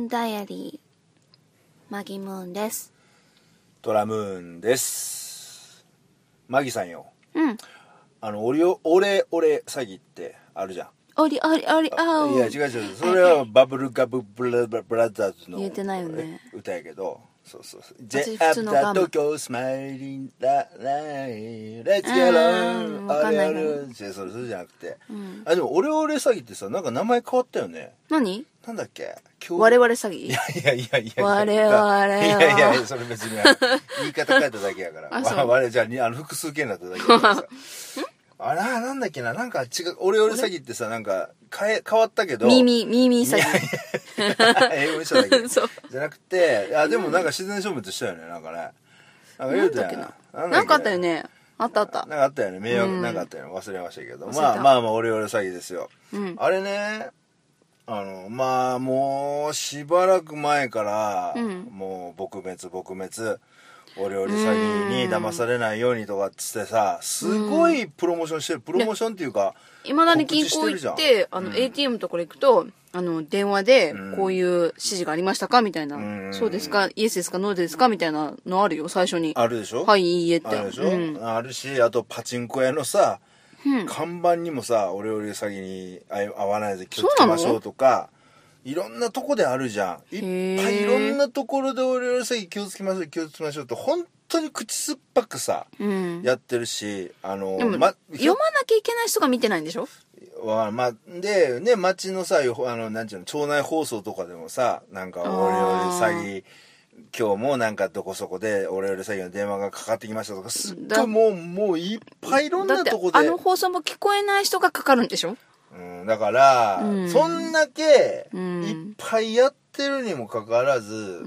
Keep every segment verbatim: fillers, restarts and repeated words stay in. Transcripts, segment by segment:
ダイアリーマギムーンです。 トラムーンです。マギさんよ、 うん、 あのオリオオレオレ詐欺ってあるじゃん。 オリオリオリあいや違う違う、それはバブルガブブラブラザーズの言えてないよね歌やけど、そうそうそう。 私普通のガム。 東京スマイリンダライレッツゲローあれあれそれそれじゃなくて、うん、あでもオレオレ詐欺ってさ、なんか名前変わったよね。 何？ なんだっけ？ 我々詐欺？ いやいやいやいや我々はいやいやそれ別に言い方変えただけやからあ我々じゃあ、あの複数形になっただけやからさあらなんだっけな、なんか違う、オレオレ詐欺ってさ、なんか変え変わったけど耳耳詐欺英語にしただけじゃなくて、あでもなんか自然消滅したよね、なんかね、なんか言うたやな、 なんかあったよね、あったあった、 なんかあったよね、迷惑、うん、なんかあったよね、忘れましたけど、まあまあまあオレオレ詐欺ですよ、うん、あれね、あのまあもうしばらく前から、うん、もう撲滅撲滅オレオレ詐欺に騙されないようにとかっつってさ、すごいプロモーションしてる、プロモーションっていうかいまだに銀行行ってあの、うん、エーティーエム のところ行くとあの電話でこういう指示がありましたかみたいな、うん、そうですかイエスですかノーですかみたいなのあるよ、最初に。 あるでしょ、 はいいいえってあるでしょ、うん、あるし、あとパチンコ屋のさ、うん、看板にもさオレオレ詐欺に合わないで気をつけましょうとか、いろんなとこであるじゃん。いっぱいいろんなところでオレオレ詐欺気をつけましょう気をつけましょうって本当に口酸っぱくさ、うん、やってるし、あのでも、ま、読まなきゃいけない人が見てないんでしょ。 わまでね、町のさ、あのなんていうの、町内放送とかでもさ、なんかオレオレ詐欺今日もなんかどこそこでオレオレ詐欺の電話がかかってきましたとか、すっごいもうもういっぱいいろんなとこで、 だってあの放送も聞こえない人がかかるんでしょ。 うん、だから、うん、そんだけいっぱいやってるにもかかわらず、うん、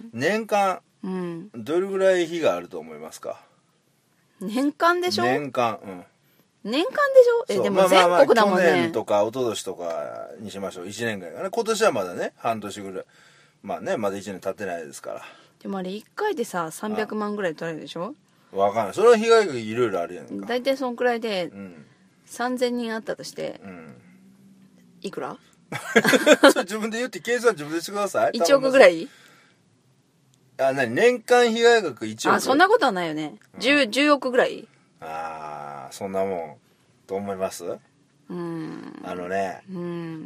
年間、うん、どれぐらい日があると思いますか。 年間でしょ。 年間、うん、 年間でしょ。えでも全国だもんね、まあまあまあ、去年とか一昨年とかにしましょう。いちねんぐらいかな。今年はまだね半年ぐらい、まあねまだいちねん経ってないですから。 でもあれいっかいでささんびゃくまんぐらい取られるでしょ。 わかんない、それは被害額いろいろあるやんか。 大体そんくらいで、うん、さんぜんにんあったとして、うん、いくらそれ自分で言って計算自分でしてください。 いちおくぐらい。 あ、何、年間被害額いちおく。 あ、そんなことはないよね、うん、じゅう, じゅうおくぐらい。 ああ、そんなもんと思います。うん、あのね、うん、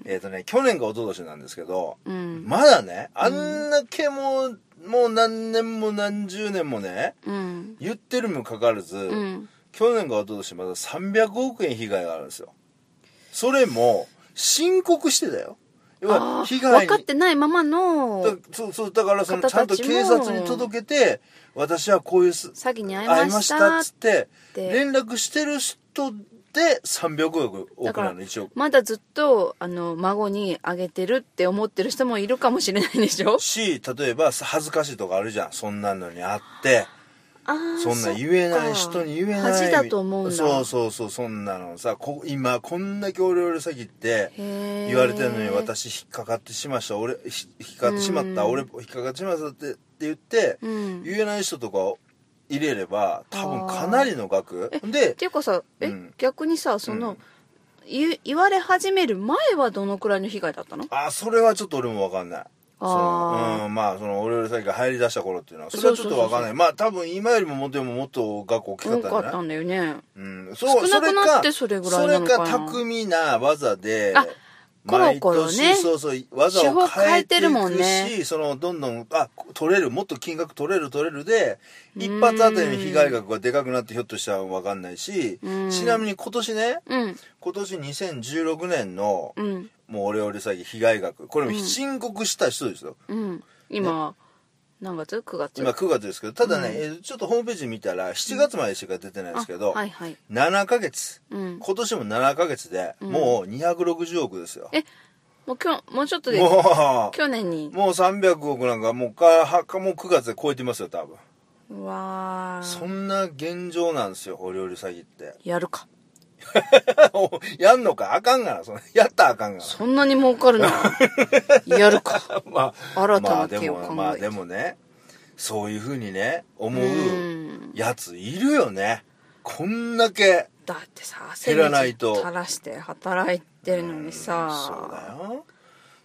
えっ、ー、とね去年か一昨年なんですけど、うん、まだねあんだけもう、うん、もう何年も何十年もね、うん、言ってるにもかかわらず、うん、去年か一昨年まださんびゃくおくえん被害があるんですよ。それも申告してたよ。要は被害に分かってないままのだそうそうだからそのちゃんと警察に届けて、私はこういう詐欺に遭いましたっつって連絡してる人でさんびゃくおくなの。一応まだずっとあの孫にあげてるって思ってる人もいるかもしれないでしょ。 し、例えば恥ずかしいとかあるじゃん、そんなのにあってそんな言えない人に言えない恥だと思うんだ。 そうそうそう、そんなのさ、こ今こんだけオレオレ詐欺って言われてるのに、私引っかかってしました俺引っかかってしまった、俺引っかかってしまったってって言って、うん、言えない人とか入れれば多分かなりの額で。 っていうかさ、え、うん、逆にさその、うん、言, 言われ始める前はどのくらいの被害だったの。 あ、それはちょっと俺も分かんない。あ、うん、まあそのオレオレ詐欺が入り出した頃っていうのはそれはちょっと分かんない。まあ多分今よりももっともっと額大きかったんじゃない。 多かったんだよね。 うん、そう、 少なくなってそれぐらいなのかな。 それか巧みな技でコロコロね、 そうそう技を変えていくし、そのどんどんあ取れる、もっと金額取れる取れるで一発あたりの被害額がでかくなってひょっとしたら分かんないし、ちなみに今年ね、うん、今年にせんじゅうろくねんの、うん、もうオレオレ詐欺被害額、これも申告した人ですよ、うんうん、 今、ね、何月 ?くがつ今くがつですけど、ただね、うん、ちょっとホームページ見たらしちがつまでしか出てないですけど、うん、はいはい、ななかげつ、うん、今年もななかげつでもうにひゃくろくじゅうおくですよ。 えもう今日もうちょっとでもう去年にもうさんびゃくおくなんかもうかかもうくがつで超えてますよ多分。 うわー、 そんな現状なんですよオレオレ詐欺って。 やるかやんのかあかんがな、そのやったらあかんがな、 そんなに儲かるなやるかまあ新たな手を考えて、 まあでもね、そういう風にね思うやついるよね。こんだけだってさ、減らないと垂らして働いてるのにさ、 そうだよ。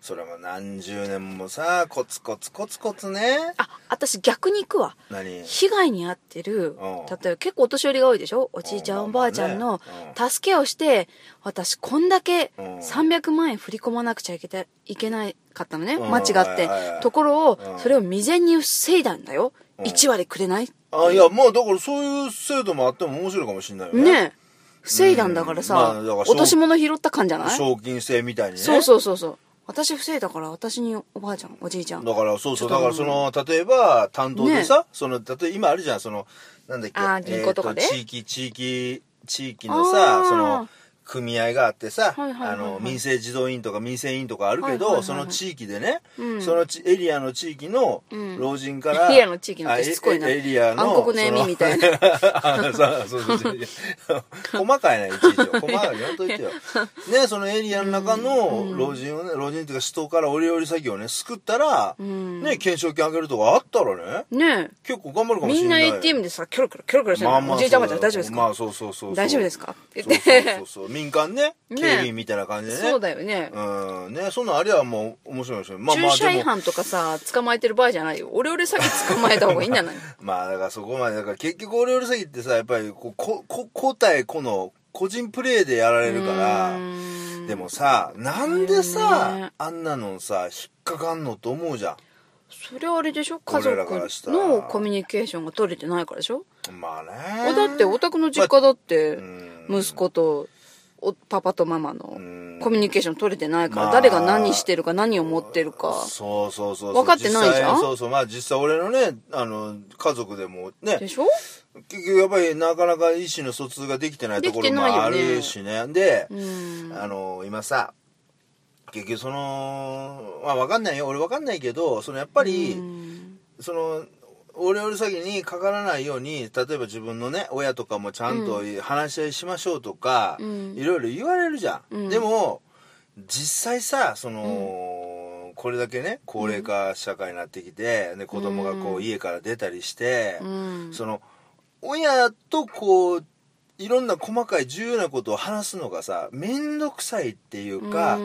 それも何十年もさコツコツコツコツね。 あ、私逆に行くわ。 何？ 被害に遭ってる、例えば結構お年寄りが多いでしょ、おじいちゃんおばあちゃんの助けをして、私こんだけさんびゃくまんえん振り込まなくちゃいけていけないかったのね、間違って、ところをそれを未然に防いだんだよ。いちわりくれない？ あ、いや、まあだからそういう制度もあっても面白いかもしれないよね。 ねえ、防いだんだからさ、まあ、から落とし物拾った感じゃない？ 賞金制みたいにね。 そうそうそうそう。私防いだから私におばあちゃんおじいちゃんだからそうそうだからその例えば担当でさ、ね、その例えば今あるじゃん、そのなんだっけ、 あ銀行とかで、 えー、地域地域地域のさその組合があってさ、はいはいはいはい、あの民生児童委員とか民生委員とかあるけど、はいはいはいはい、その地域でね、うん、そのエリアの地域の老人から、 うん、エリアの地域のってしつこいな、 エリアの暗黒の闇みたいなそうそうそう細かいな、いちいち細かいやんといてよね、そのエリアの中の老人をね、老人っていうか人から折々先をね救ったら、うん、ね、懸賞金あげるとかあったらね、ね結構頑張るかもしれない。 みんな エーティーエム でさキョロキョロキョロキョロしてる、まあまあ、おじいちゃんおばあちゃん大丈夫ですか、 まあそうそうそうそう大丈夫ですかって言ってそうそうそうそう民間ね、警備員みたいな感じでね。 そうだよね。 うん。ね、そんなんありゃもう面白いでしょ。まあまあ。駐車違反とかさ、捕まえてる場合じゃないよ。オレオレ詐欺捕まえた方がいいんじゃないまあだからそこまで、だから結局オレオレ詐欺ってさ、やっぱりこう、こ、こ、個体個の個人プレイでやられるから、でもさ、なんでさ、あんなのさ、引っかかんのと思うじゃん。それはあれでしょ、家族のコミュニケーションが取れてないからでしょ。 まあね。 だってお宅の実家だって、息子と、おパパとママのコミュニケーション取れてないから、まあ、誰が何してるか何を持ってるかそうそうそう分かってないじゃん。 そうそう、まあ実際俺のねあの家族でもねでしょ、 結局やっぱりなかなか意思の疎通ができてないところもあるしね。で、あの今さ結局そのまあ分かんないよ、俺分かんないけど、そのやっぱりそのオレオレ詐欺にかからないように、例えば自分のね親とかもちゃんと話し合いしましょうとか、うん、いろいろ言われるじゃん、うん、でも実際さその、うん、これだけね高齢化社会になってきて、で子供がこう家から出たりして、うん、その親とこういろんな細かい重要なことを話すのがさ面倒くさいっていうか、うん、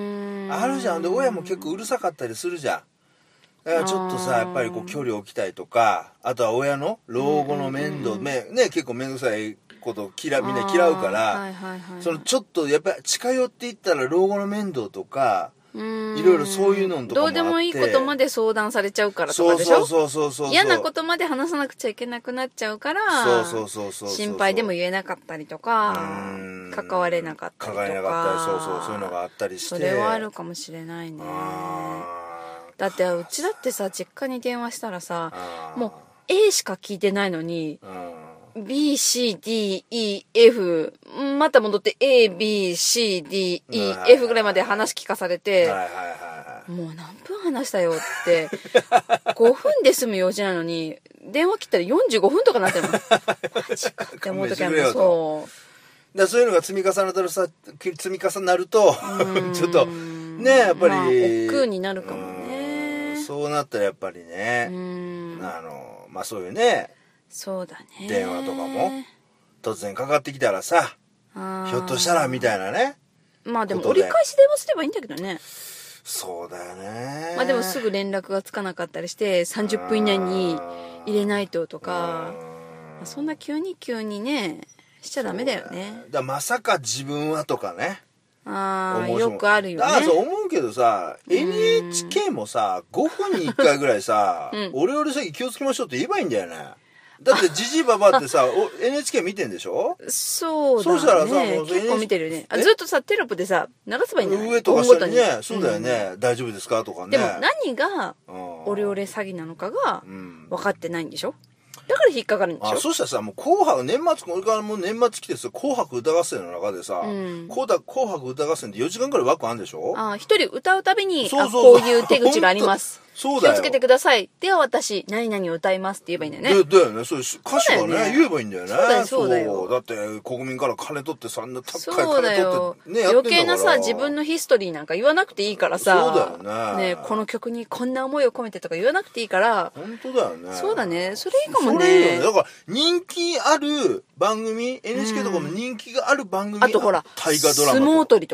あるじゃん。で親も結構うるさかったりするじゃん。だからちょっとさやっぱりこう距離を置きたいとか、あとは親の老後の面倒、うんうん、ね結構面倒くさいこと嫌みんな嫌うから、はいはいはい、そのちょっとやっぱり近寄っていったら老後の面倒とかいろいろそういうのとかもあって、 どうでもいいことまで相談されちゃうからとかでしょ。 そうそうそうそうそう、 嫌なことまで話さなくちゃいけなくなっちゃうから、そうそうそうそう、心配でも言えなかったりとか、関われなかったりとか、関われなかったり、そうそうそういうのがあったりして、 それはあるかもしれないね。だってうちだってさ実家に電話したらさもう A しか聞いてないのに ビーシーディーイーエフ また戻って エービーシーディーイーエフ ぐらいまで話聞かされて、もう何分話したよってごふんで済む用事なのに電話切ったらよんじゅうごふんとかなってるのマジかって思う時あるの。そうだそういうのが積み重なるとさ積み重なるとちょっとねやっぱり、まあ、 億劫になるかもね。 そうなったらやっぱりね、あのまあそういうね、 そうだね、 電話とかも突然かかってきたらさ、ひょっとしたらみたいなね。 まあでも折り返し電話すればいいんだけどね。 そうだよね。 まあでもすぐ連絡がつかなかったりしてさんじゅっぷん以内に入れないととか、まあ、そんな急に急にねしちゃダメだよね。 だまさか自分はとかね。 ああよくあるよね。 ああそう思うけどさ エヌエイチケー もさごふんにいっかいぐらいさ、うん、オレオレ詐欺気をつけましょうって言えばいいんだよね。だってジジイババってさ エヌエイチケー 見てんでしょ。 そうだね。 そうしたらさもう結構見てるね。あずっとさテロップでさ流せばいいんだよね。 上とか下にね、そうだよね、うん、大丈夫ですかとかね。 でも何がオレオレ詐欺なのかが分かってないんでしょ。だから引っかかるんでしょ。 あそしたらさもう紅白年末これからもう年末来てさ紅白歌合戦の中でさ、うん、紅白歌合戦ってよじかんくらい枠あるんでしょ。 あ一人歌うたびにそうそうそう、あこういう手口がありますそうだよ、 気をつけてください。では私何々を歌いますって言えばいいんだよね。 だよね。そう歌詞は ね, ね言えばいいんだよね。 そうだよそうだよ。 だって国民から金取ってさんな高い金取ってねやってんだから余計なさ自分のヒストリーなんか言わなくていいからさ。 そうだよね。 ねこの曲にこんな思いを込めてとか言わなくていいから。 本当だよね。 そうだね。それいいかもね。 それいいよね。だから人気ある番組 エヌエイチケー とかも人気がある番組、 うん、あとほら大河ドラマ相撲取りとか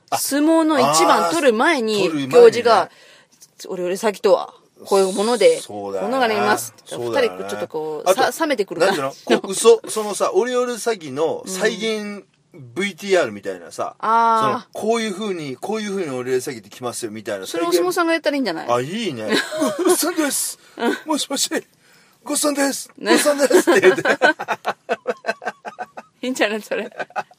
相撲の一番取る前に行司が、俺より先とはこういうものでこのがありますって二人ちょっとこうさ冷めてくるから、 なんていうのこう嘘そのさオレオレ詐欺の再現 ブイティーアール みたいなさ、うん、そのこういう風にこういう風にオレオレ詐欺ってきますよみたいな、 それお相撲さんがやったらいいんじゃない？ あ、いいね。ごっさんです、もしもしごっさんです、ごっさんですって言っていいんじゃないそれ